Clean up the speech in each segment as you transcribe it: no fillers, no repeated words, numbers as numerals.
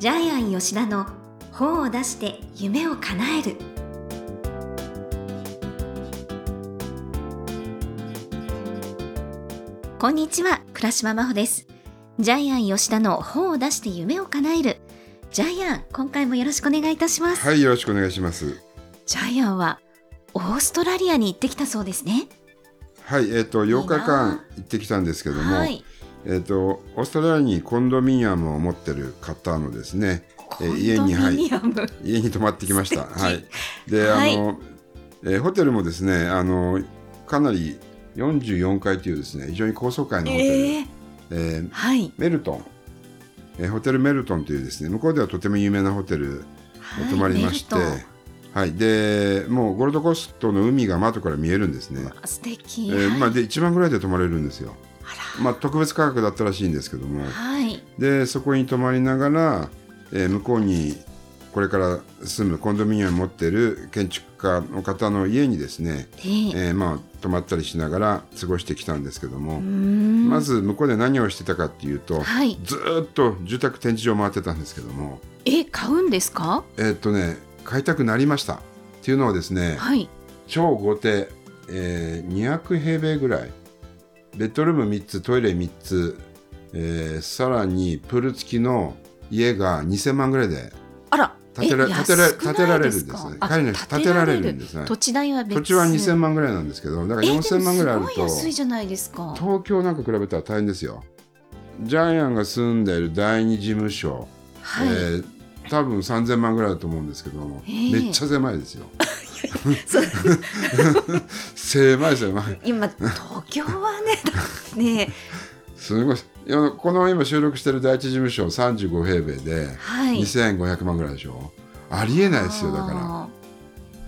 ジャイアン吉田の本を出して夢を叶える。こんにちは、倉島真帆です。ジャイアン吉田の本を出して夢を叶える。ジャイアン、今回もよろしくお願いいたします。 はい、よろしくお願いします。 ジャイアンはオーストラリアに行ってきたそうですね。 はい、8日間行ってきたんですけども、 はい、 オーストラリアにコンドミニアムを持ってる方のですね、家に泊まってきました。はい。で、ホテルもですね、かなり44階というですね、非常に高層階のホテル、 はい、 メルトン、ホテルメルトンというですね、向こうではとても有名なホテルに泊まりまして、はい、でもうゴールドコーストの海が窓から見えるんですね。 素敵。 で1万ぐらいで泊まれるんですよ。特別価格だったらしいんですけども、 はい、 でそこに泊まりながら、向こうにこれから住むコンドミニアムを持っている建築家の方の家にですね、泊まったりしながら過ごしてきたんですけども、まず向こうで何をしてたかっていうと、 はい、 ずっと住宅展示場を回ってたんですけども、 買うんですか？ 買いたくなりました。っていうのはですね、 はい、 超豪邸、200平米ぐらい、ベッドルーム3つ、トイレ3つ、さらにプール付きの家が2000万ぐらいで建てられるんですね。建てられるんですね。 土地代は別。 土地は2000万ぐらいなんですけど、だから4000万ぐらいあると、 すごい安いじゃないですか。 東京なんか比べたら大変ですよ。ジャイアンが住んでいる第二事務所、 はい、 多分3000万ぐらいだと思うんですけども、めっちゃ狭いですよ。狭いですよ。 今東京はねすごい。この今収録している第一事務所35平米で、2500万ぐらいでしょ。ありえないですよ。だから、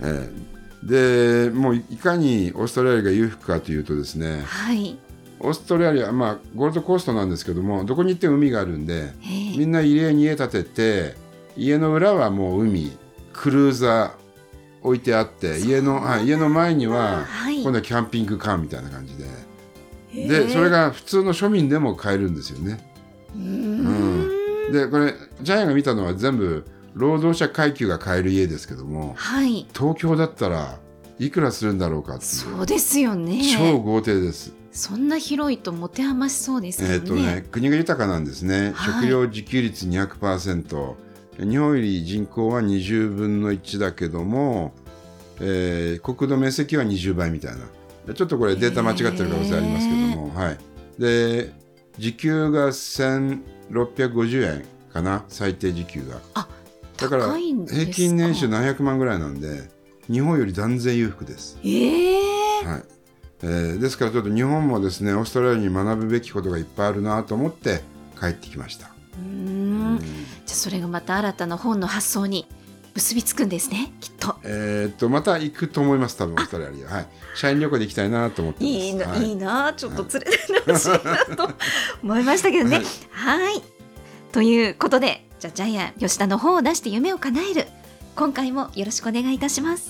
でもういかにオーストラリアが裕福かというとですね、 はい、 オーストラリア、ゴールドコーストなんですけども、どこに行っても海があるんで、みんな家に家建てて、家の裏はもう海、クルーザー置いてあって、家の前には今度はキャンピングカーみたいな感じで、でそれが普通の庶民でも買えるんですよね。でこれジャイアンが見たのは全部労働者階級が買える家ですけども、東京だったらいくらするんだろうかっていう。 そうですよね。 超豪邸です。 そんな広いと持て余しそうですよね。 国が豊かなんですね。食料自給率 200%、日本より人口は20分の1だけども、国土面積は20倍みたいな。ちょっとこれデータ間違ってる可能性ありますけども、で時給が1650円かな、最低時給が。だから平均年収700万ぐらいなんで、日本より断然裕福です。ですからちょっと日本もですね、オーストラリアに学ぶべきことがいっぱいあるなと思って帰ってきました。 じゃあそれがまた新たな本の発想に結びつくんですね、きっと。 また行くと思います、多分オーストラリア。社員旅行で行きたいなと思ってます。 いいな、ちょっと連れてってほしいなと思いましたけどね。ということで、じゃあジャイアン吉田の本を出して夢を叶える、今回もよろしくお願いいたします。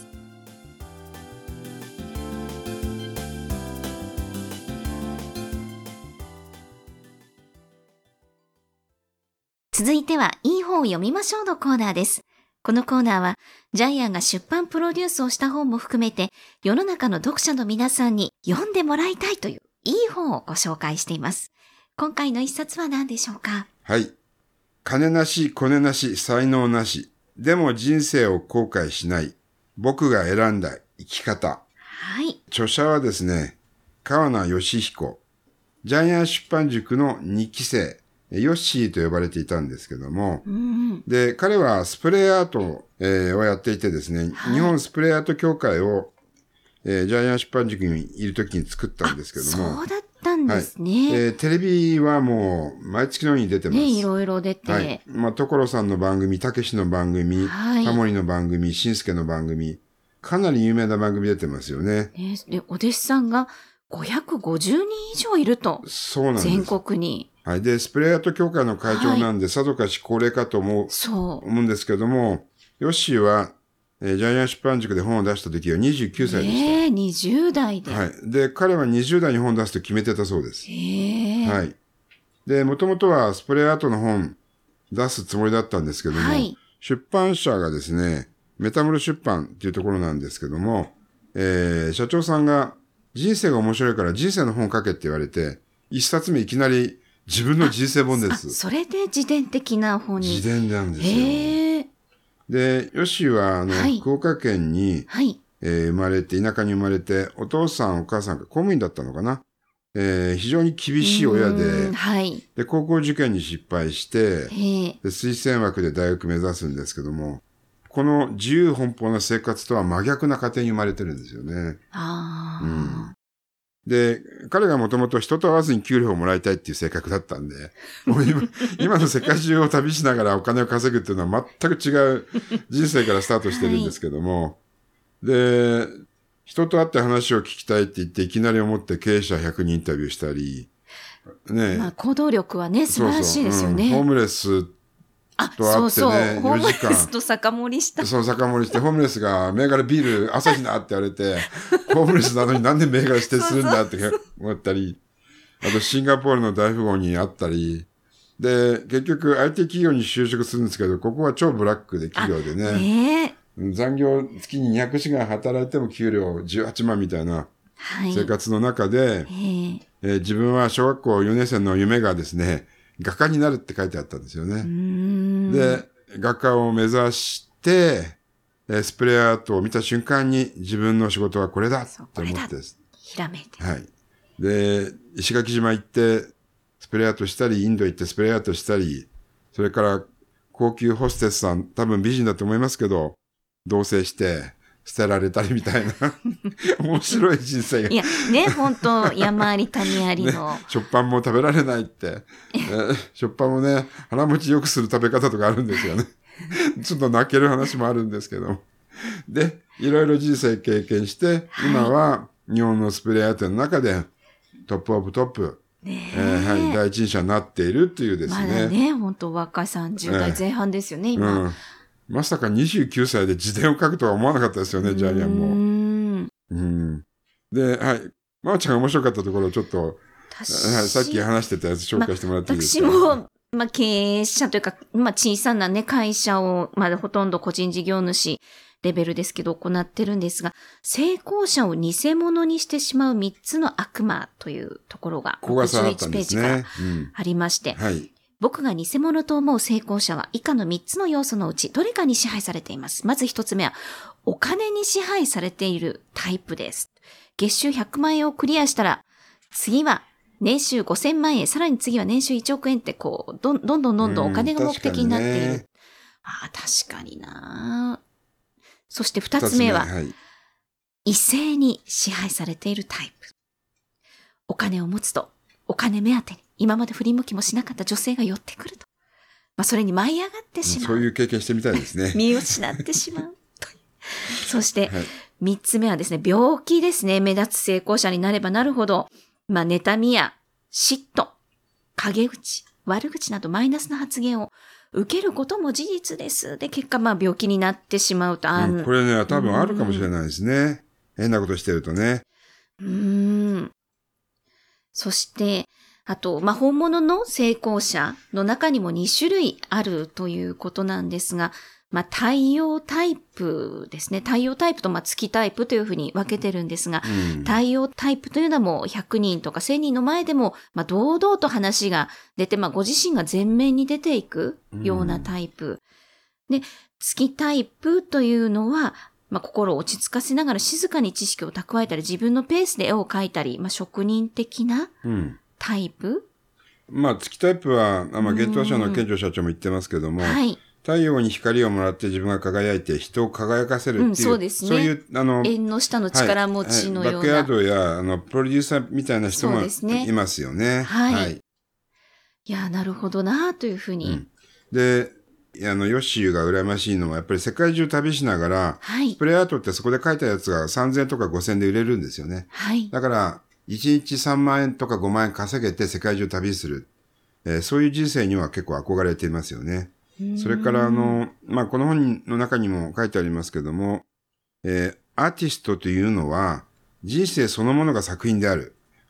続いてはいい本を読みましょうのコーナーです。このコーナーはジャイアンが出版プロデュースをした本も含めて、世の中の読者の皆さんに読んでもらいたいといういい本をご紹介しています。今回の一冊は何でしょうか？ はい。金なし、コネなし、才能なし。でも人生を後悔しない。僕が選んだ生き方。著者はですね、川名義彦。ジャイアン出版塾の2期生。ヨッシーと呼ばれていたんですけども、で彼はスプレーアート、をやっていてですね、日本スプレーアート協会を、ジャイアン出版塾にいるときに作ったんですけども、 そうだったんですね。 テレビはもう毎月のように出てます。 いろいろ出て、 所さんの番組、たけしの番組、タモリの番組、しんすけの番組、かなり有名な番組出てますよね。 でお弟子さんが550人以上いると。 そうなんです。 全国に。 で、スプレーアート協会の会長なんで、さぞかし高齢かと思うんですけども、ヨッシーは、ジャイアン出版塾で本を出した時は29歳でした。 20代で。 で、彼は20代に本を出すと決めてたそうです。で、もともとはスプレーアートの本、 出すつもりだったんですけども、 はい、 出版社がですね、メタモル出版っていうところなんですけども、社長さんが人生が面白いから人生の本書けって言われて、一冊目いきなり自分の人生本です。 それで自伝的な本に。 自伝なんですよ。で、ヨッシーは福岡県に、生まれて、田舎に生まれて、お父さんお母さんが公務員だったのかな。非常に厳しい親で、で、高校受験に失敗して、で、推薦枠で大学目指すんですけども、この自由奔放な生活とは真逆な家庭に生まれてるんですよね。で、彼がもともと人と会わずに給料をもらいたいっていう性格だったんで、もう今の世界中を旅しながらお金を稼ぐっていうのは全く違う人生からスタートしてるんですけども、で、人と会って話を聞きたいって言っていきなり思って経営者100人インタビューしたり、ね。 行動力はね、素晴らしいですよね。 ホームレスと会ってね、4時間。 ホームレスと酒盛りした。 そう、酒盛りして、ホームレスが銘柄ビール朝日なって言われて、ホームレスなのになんで銘柄指定するんだって思ったり、あとシンガポールの大富豪に会ったり、で、結局 IT 企業に就職するんですけど、ここは超ブラックで企業でね。残業月に200時間働いても給料18万みたいな生活の中で、自分は小学校4年生の夢がですね、画家になるって書いてあったんですよね。で、画家を目指して、スプレーアートを見た瞬間に自分の仕事はこれだって思ってです。 ひらめいて。 はい。で、石垣島行ってスプレーアートしたり、インド行ってスプレーアートしたり、それから高級ホステスさん、多分美人だと思いますけど、同棲して捨てられたりみたいな面白い人生がいやね、本当山あり谷ありの、 ね、食パンも食べられないって食パンもね腹持ちよくする食べ方とかあるんですよねちょっと泣ける話もあるんですけど、でいろいろ人生経験して、今は日本のスプレーアートの中でトップオブトップ、第一人者になっているっていうですね。 まだね、本当若い30代前半ですよね、今。 まさか29歳で自伝を書くとは思わなかったですよね、ジャイアンも。で、はい。まおちゃんが面白かったところをちょっと、さっき話してたやつ紹介してもらっていいですか。 私も、経営者というか、小さなね、会社を、ほとんど個人事業主レベルですけど行ってるんですが、成功者を偽物にしてしまう3つの悪魔というところが、61ページからありまして、僕が偽物と思う成功者は以下の3つの要素のうちどれかに支配されています。まず1つ目は、お金に支配されているタイプです。月収100万円をクリアしたら、次は年収5000万円、さらに次は年収1億円ってどんどんお金が目的になっている。確かにな。そして2つ目は、異性に支配されているタイプ。お金を持つと、お金目当てに、今まで振り向きもしなかった女性が寄ってくると。それに舞い上がってしまう。 そういう経験してみたいですね。 身を失ってしまう。そして、3つ目はですね、病気ですね。目立つ成功者になればなるほど、妬みや嫉妬、陰口、悪口などマイナスな発言を受けることも事実です。で、結果、病気になってしまうと、 これね、多分あるかもしれないですね。変なことしてるとね。 そして、あと、本物の成功者の中にも2種類あるということなんですが、太陽タイプですね。太陽タイプと月タイプというふうに分けてるんですが、太陽タイプというのはもう100人とか1000人の前でも、堂々と話が出て、ご自身が前面に出ていくようなタイプ。で、月タイプというのは、心を落ち着かせながら静かに知識を蓄えたり、自分のペースで絵を描いたり、職人的なタイプ、 月タイプは、ゲートワ社の健常社長も言ってますけども、太陽に光をもらって自分が輝いて人を輝かせるっていう、 そうですね。 そういう、 縁の下の力持ちのような。 バックヤードや、プロデューサーみたいな人もいますよね。 いや、なるほどな、というふうに。 で、ヨッシーが羨ましいのは、やっぱり世界中旅しながら、スプレーアートってそこで描いたやつが3000とか5000で売れるんですよね。だから、1日3万円とか5万円稼げて世界中旅する。そういう人生には結構憧れていますよね。それからこの本の中にも書いてありますけども、アーティストというのは人生そのものが作品である。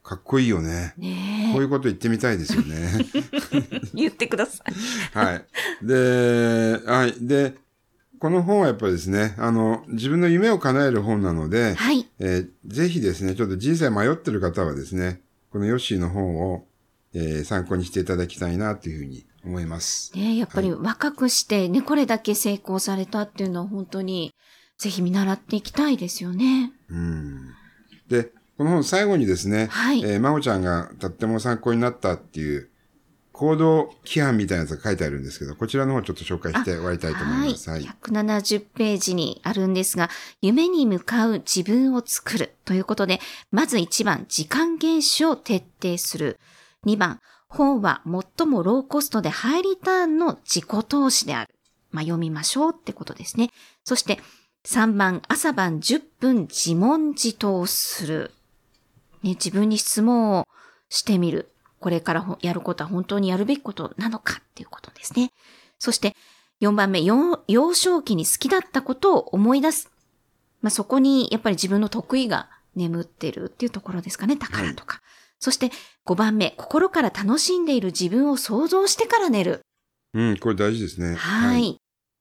かっこいいよね。 ねえ。 こういうこと言ってみたいですよね。 言ってください。 はい。で、この本はやっぱりですね、自分の夢を叶える本なので、 はい。 ぜひですね、ちょっと人生迷ってる方はですね、このヨッシーの本を、参考にしていただきたいなというふうに思います。 ね、やっぱり若くしてね、これだけ成功されたっていうのは本当にぜひ見習っていきたいですよね。 で、この本最後にですね、 はい。 まほちゃんがとっても参考になったっていう行動規範みたいなやつが書いてあるんですけど、こちらの方ちょっと紹介して終わりたいと思います。 はい。170ページにあるんですが、夢に向かう自分を作るということで、まず1番、時間厳守を徹底する。2番、本は最もローコストでハイリターンの自己投資である。読みましょうってことですね。そして3番、朝晩10分自問自答する。ね、自分に質問をしてみる。これからやることは本当にやるべきことなのかっていうことですね。そして4番目、幼少期に好きだったことを思い出す。そこにやっぱり自分の得意が眠ってるっていうところですかね。宝とか。そして5番目、心から楽しんでいる自分を想像してから寝る。 これ大事ですね。 はい。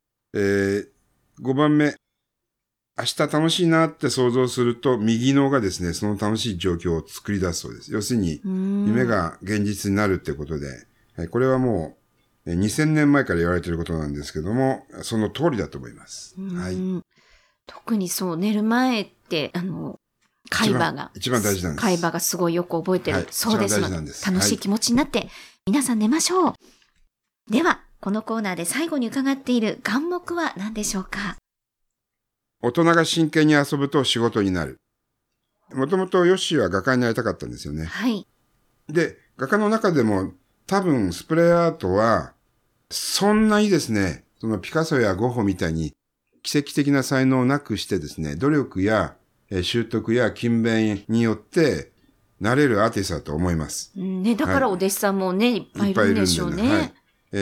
5番目、明日楽しいなって想像すると、右脳がですね、その楽しい状況を作り出すそうです。要するに、夢が現実になるってことで、これはもう2000年前から言われていることなんですけども、その通りだと思います。はい。 特にそう、寝る前って、海馬が。 一番大事なんです。 海馬がすごいよく覚えてる。はい、そうですので、楽しい気持ちになって、皆さん寝ましょう。では、このコーナーで最後に伺っている願目は何でしょうか？ 大人が真剣に遊ぶと仕事になる。もともとヨッシーは画家になりたかったんですよね。 はい。 で、画家の中でも多分スプレーアートはそんなにですね、そのピカソやゴッホみたいに奇跡的な才能をなくしてですね、努力や習得や勤勉によってなれるアーティストだと思います。 ね、だからお弟子さんもね、いっぱいいるんでしょうね。はい。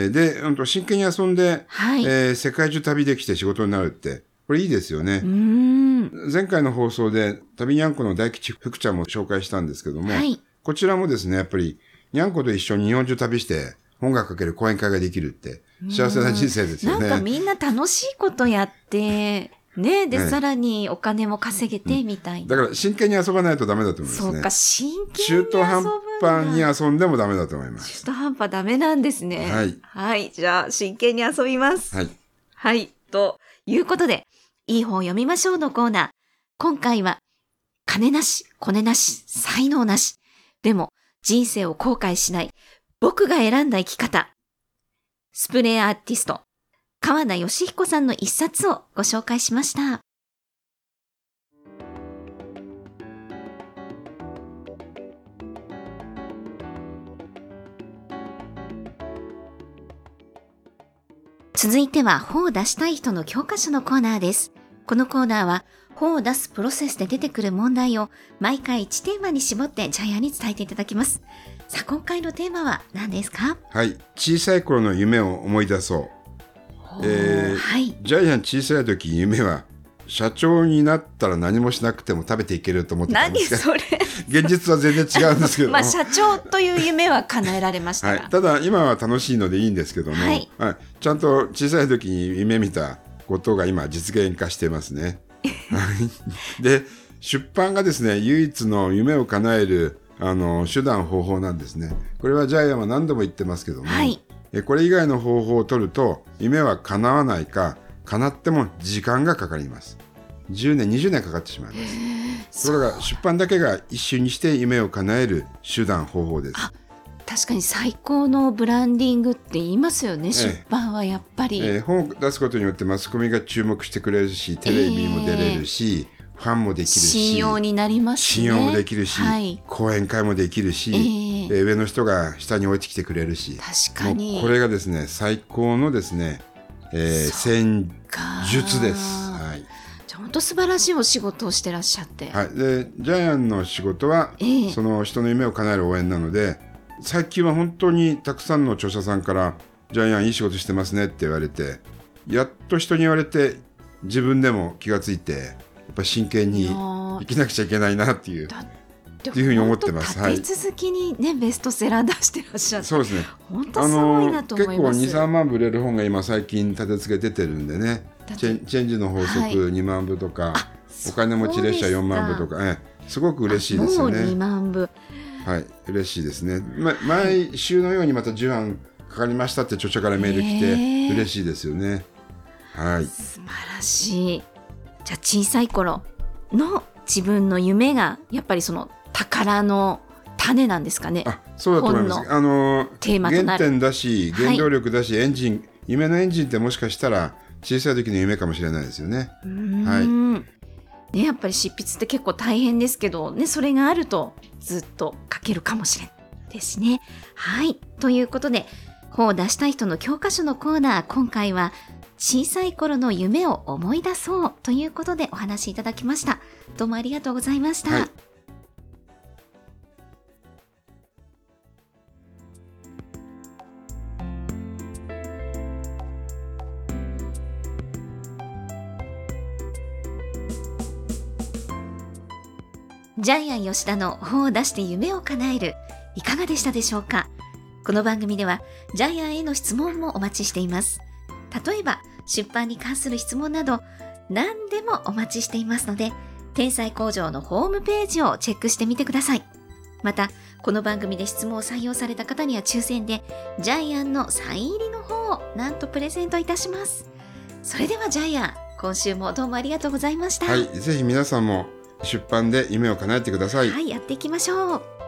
で、真剣に遊んで、はい、世界中旅できて仕事になるって、これいいですよね。前回の放送で旅にゃんこの大吉福ちゃんも紹介したんですけども、はい、こちらもですね、やっぱりにゃんこと一緒に日本中旅して音楽かける講演会ができるって幸せな人生ですよね。 なんかみんな楽しいことやって、ね、で、さらにお金も稼げてみたいな。 だから真剣に遊ばないとダメだと思いますね。 そうか、真剣に遊ぶんだ。 中途半端に遊んでもダメだと思います。 中途半端ダメなんですね。 はい。 はい。じゃあ、真剣に遊びます。 はい。 はい。ということで、いい本を読みましょうのコーナー。今回は、金なし、コネなし、才能なし。でも、人生を後悔しない。僕が選んだ生き方。スプレーアーティスト、川名義彦さんの一冊をご紹介しました。続いては本を出したい人の教科書のコーナーです。このコーナーは本を出すプロセスで出てくる問題を毎回1テーマに絞ってジャイアンに伝えていただきます。さあ、今回のテーマは何ですか？ はい。小さい頃の夢を思い出そう。はい、ジャイアン小さい時夢は社長になったら何もしなくても食べていけると思ってたんですが、 何それ現実は全然違うんですけども社長という夢は叶えられましたが、 はい、ただ今は楽しいのでいいんですけども、はいはい、ちゃんと小さい時に夢見たことが今実現化してますねで、出版がですね、唯一の夢を叶える手段方法なんですね。これはジャイアンは何度も言ってますけども、はい、これ以外の方法を取ると夢は叶わないか、叶っても時間がかかります。10年20年かかってしまいます。それが出版だけが一瞬にして夢を叶える手段方法です。 確かに最高のブランディングって言いますよね、出版はやっぱり、 本を出すことによってマスコミが注目してくれるし、テレビにも出れるし、ファンもできるし、 信用になりますね。 信用もできるし、はい、講演会もできるし、上の人が下に降りてきてくれるし、 確かにこれがですね、最高のですね、戦術です。はい、 本当素晴らしいお仕事をしてらっしゃって、 はい、でジャイアンの仕事は、その人の夢を叶える応援なので、最近は本当にたくさんの著者さんからジャイアンいい仕事してますねって言われて、やっと人に言われて自分でも気がついて、やっぱ真剣に生きなくちゃいけないなっていう。 だっっていうふうに思ってます。 立て続きにね、ベストセラー出してらっしゃる。 そうですね。 本当すごいなと思います。 結構2、3万部売れる本が今最近立て付け出てるんでね。チェンジの法則2万部とか、お金持ち列車4万部とか、すごく嬉しいですよね。 もう2万部。 はい、嬉しいですね。毎週のようにまた10万かかりましたって著者からメール来て嬉しいですよね。はい。 素晴らしい。じゃあ小さい頃の自分の夢がやっぱりその宝の種なんですかね。 そうだと思います。 テーマとなる原点だし原動力だし、エンジン、夢のエンジンってもしかしたら小さい時の夢かもしれないですよね。 ね、やっぱり執筆って結構大変ですけど、ね、それがあるとずっと書けるかもしれないですね。はい。ということで、本を出したい人の教科書のコーナー、今回は小さい頃の夢を思い出そうということでお話しいただきました。どうもありがとうございました。ジャイアン吉田の本を出して夢を叶える、いかがでしたでしょうか。この番組ではジャイアンへの質問もお待ちしています。例えば出版に関する質問など何でもお待ちしていますので、天才工場のホームページをチェックしてみてください。またこの番組で質問を採用された方には抽選でジャイアンのサイン入りの本をなんとプレゼントいたします。それではジャイアン、今週もどうもありがとうございました。 はい、ぜひ皆さんも出版で夢を叶えてください。 はい、やっていきましょう。